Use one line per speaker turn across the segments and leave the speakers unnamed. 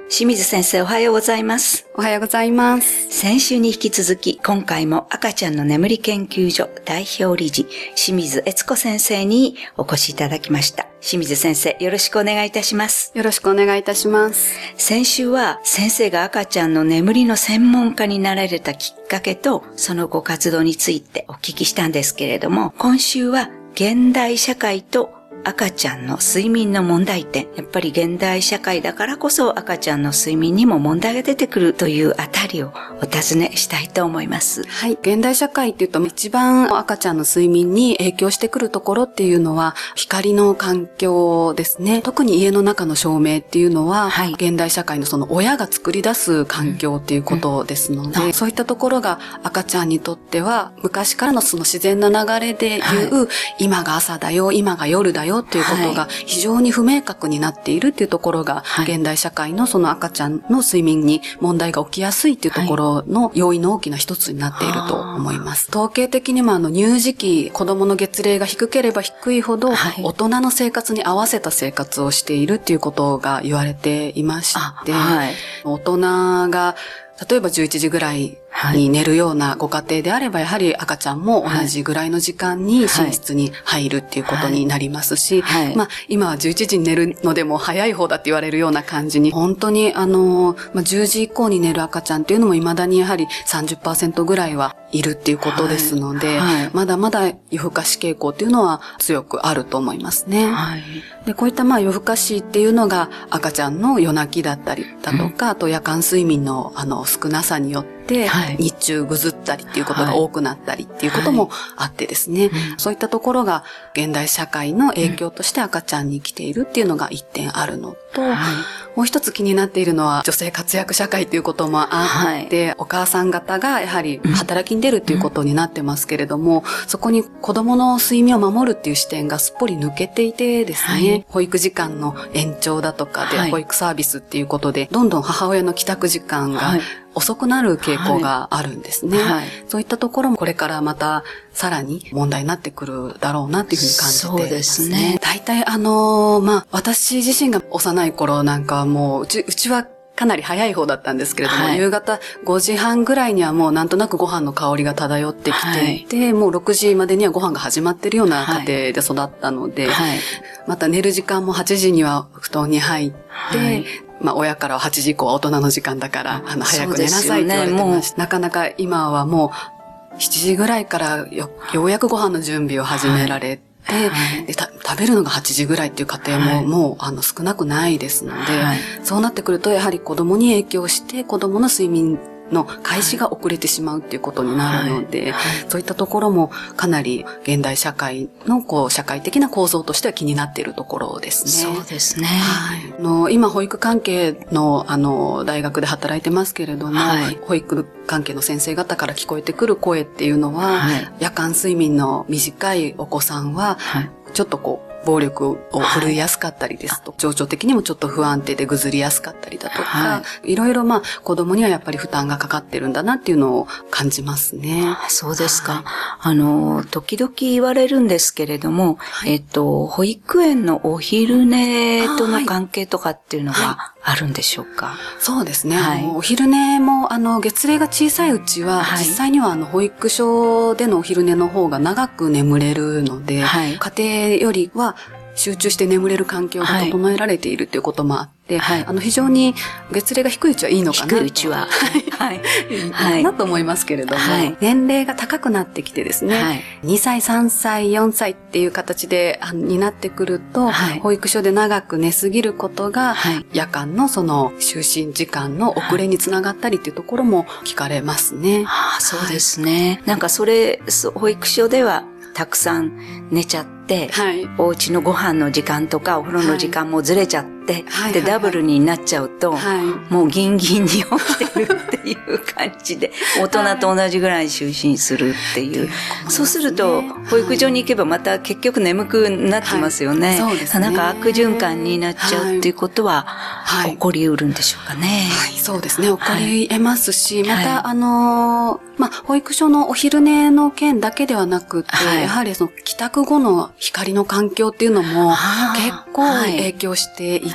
清水先生、おはようございます。
おはようございます。
先週に引き続き、今回も赤ちゃんの眠り研究所代表理事、清水悦子先生にお越しいただきました。清水先生、よろしくお願いいたします。
よろしくお願いいたします。
先週は先生が赤ちゃんの眠りの専門家になられたきっかけと、そのご活動についてお聞きしたんですけれども、今週は現代社会と赤ちゃんの睡眠の問題点。やっぱり現代社会だからこそ赤ちゃんの睡眠にも問題が出てくるというあたりをお尋ねしたいと思います。
はい。現代社会っていうと一番赤ちゃんの睡眠に影響してくるところっていうのは光の環境ですね。特に家の中の照明っていうのは、現代社会のその親が作り出す環境っていうことですので、そういったところが赤ちゃんにとっては昔からのその自然な流れで言う、今が朝だよ、今が夜だよっていうことが非常に不明確になっているっていうところが、現代社会のその赤ちゃんの睡眠に問題が起きやすいっていうところの要因の大きな一つになっていると思います。統計的にも乳児期、子供の月齢が低ければ低いほど、大人の生活に合わせた生活をしているっていうことが言われていまして、大人が例えば11時ぐらいに寝るようなご家庭であれば、やはり赤ちゃんも同じぐらいの時間に寝室に入るっていうことになりますし、今は11時に寝るのでも早い方だって言われるような感じに、本当に10時以降に寝る赤ちゃんっていうのも未だにやはり 30% ぐらいはいるっていうことですので、まだまだ夜更かし傾向っていうのは強くあると思いますね。で、こういった夜更かしっていうのが赤ちゃんの夜泣きだったりだとか、あと夜間睡眠の少なさによって、日中ぐずったりっていうことが多くなったりっていうこともあってですね、そういったところが現代社会の影響として赤ちゃんに来ているっていうのが一点あるのと、もう一つ気になっているのは女性活躍社会っていうこともあって、お母さん方がやはり働きに出るっていうことになってますけれども、そこに子供の睡眠を守るっていう視点がすっぽり抜けていてですね、保育時間の延長だとかで、保育サービスっていうことで、どんどん母親の帰宅時間が遅くなる傾向があるんですね。そういったところもこれからまたさらに問題になってくるだろうなっていうふうに感じていますね。そうですね。大体私自身が幼い頃なんかはもう、うちはかなり早い方だったんですけれども、夕方5時半ぐらいにはもうなんとなくご飯の香りが漂ってきていて、もう6時までにはご飯が始まってるような家庭で育ったので、また寝る時間も8時には布団に入って、親からは8時以降は大人の時間だから、早く寝なさいって言われてました。なかなか今はもう7時ぐらいからようやくご飯の準備を始められて、で食べるのが8時ぐらいっていう家庭ももう少なくないですので、そうなってくるとやはり子供に影響して子供の睡眠の開始が遅れてしまうっていうことになるので、そういったところもかなり現代社会の社会的な構造としては気になっているところですね。
そうですね。
今保育関係の大学で働いてますけれども、保育関係の先生方から聞こえてくる声っていうのは、夜間睡眠の短いお子さんは、ちょっと暴力を振るいやすかったりですと、情緒的にもちょっと不安定でぐずりやすかったりだとか、いろいろ子供にはやっぱり負担がかかってるんだなっていうのを感じますね。
そうですか。時々言われるんですけれども、保育園のお昼寝との関係とかっていうのはあるんでしょうか？
そうですね。お昼寝も、月齢が小さいうちは、実際には保育所でのお昼寝の方が長く眠れるので、家庭よりは集中して眠れる環境が整えられているということもあって、非常に月齢が低いうちはいいのかなと。
低いうちは。
なと思いますけれども、年齢が高くなってきてですね、2歳、3歳、4歳っていう形で、になってくると、保育所で長く寝すぎることが、夜間のその就寝時間の遅れにつながったりっていうところも聞かれますね。
そうですね。なんか保育所ではたくさん寝ちゃって、お家のご飯の時間とかお風呂の時間もずれちゃって、で、ダブルになっちゃうと、もうギンギンに起きてるっていう感じで、大人と同じぐらい就寝するっていう。そうすると、保育所に行けばまた結局眠くなってますよね。そうですね。なんか悪循環になっちゃうっていうことは、起こり得るんでしょうかね。
そうですね。起こり得ますし、また、保育所のお昼寝の件だけではなくて、やはり帰宅後の光の環境っていうのも結構影響してい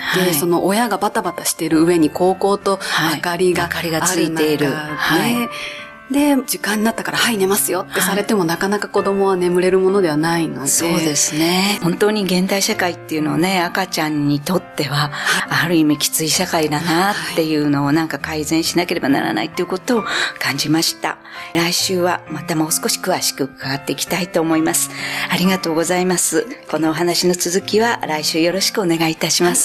て、その親がバタバタしている上に高校と明かりがついている。で、時間になったから、はい、寝ますよってされても、なかなか子供は眠れるものではないので。
そうですね。本当に現代社会っていうのをね、赤ちゃんにとっては、ある意味きつい社会だなっていうのをなんか改善しなければならないっていうことを感じました。来週はまたもう少し詳しく伺っていきたいと思います。ありがとうございます。このお話の続きは来週よろしくお願いいたします。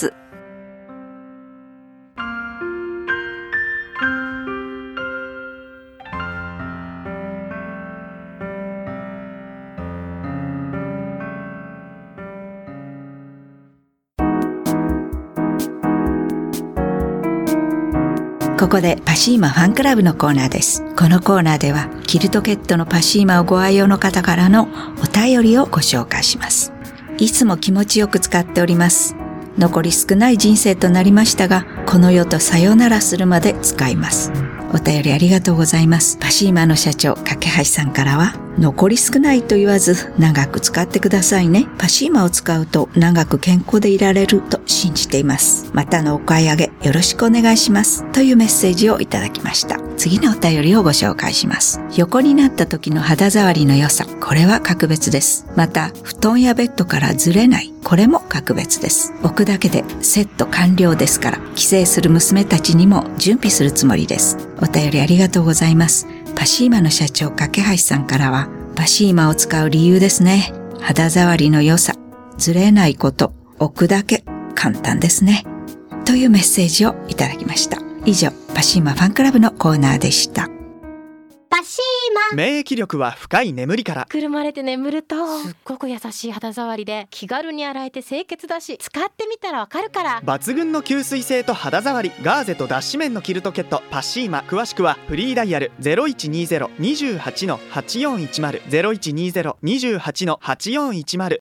ここでパシーマファンクラブのコーナーです。このコーナーではキルトケットのパシーマをご愛用の方からのお便りをご紹介します。いつも気持ちよく使っております。残り少ない人生となりましたが、この世とさよならするまで使います。お便りありがとうございます。パシーマの社長、架橋さんからは、残り少ないと言わず長く使ってくださいね。パシーマを使うと長く健康でいられると信じています。またのお買い上げよろしくお願いします。というメッセージをいただきました。次のお便りをご紹介します。横になった時の肌触りの良さ、これは格別です。また、布団やベッドからずれない、これも格別です。置くだけでセット完了ですから、帰省する娘たちにも準備するつもりです。お便りありがとうございます。パシーマの社長、架橋さんからは、パシーマを使う理由ですね。肌触りの良さ、ずれないこと、置くだけ、簡単ですね。というメッセージをいただきました。以上、パシーマファンクラブのコーナーでした。
パシーマ。
免疫力は深い眠りから。
くるまれて眠るとすっごく優しい肌触りで気軽に洗えて清潔だし、使ってみたらわかるから。
抜群の吸水性と肌触り、ガーゼと脱脂綿のキルトケットパシーマ。詳しくはフリーダイヤル 0120-28-8410 0120-28-8410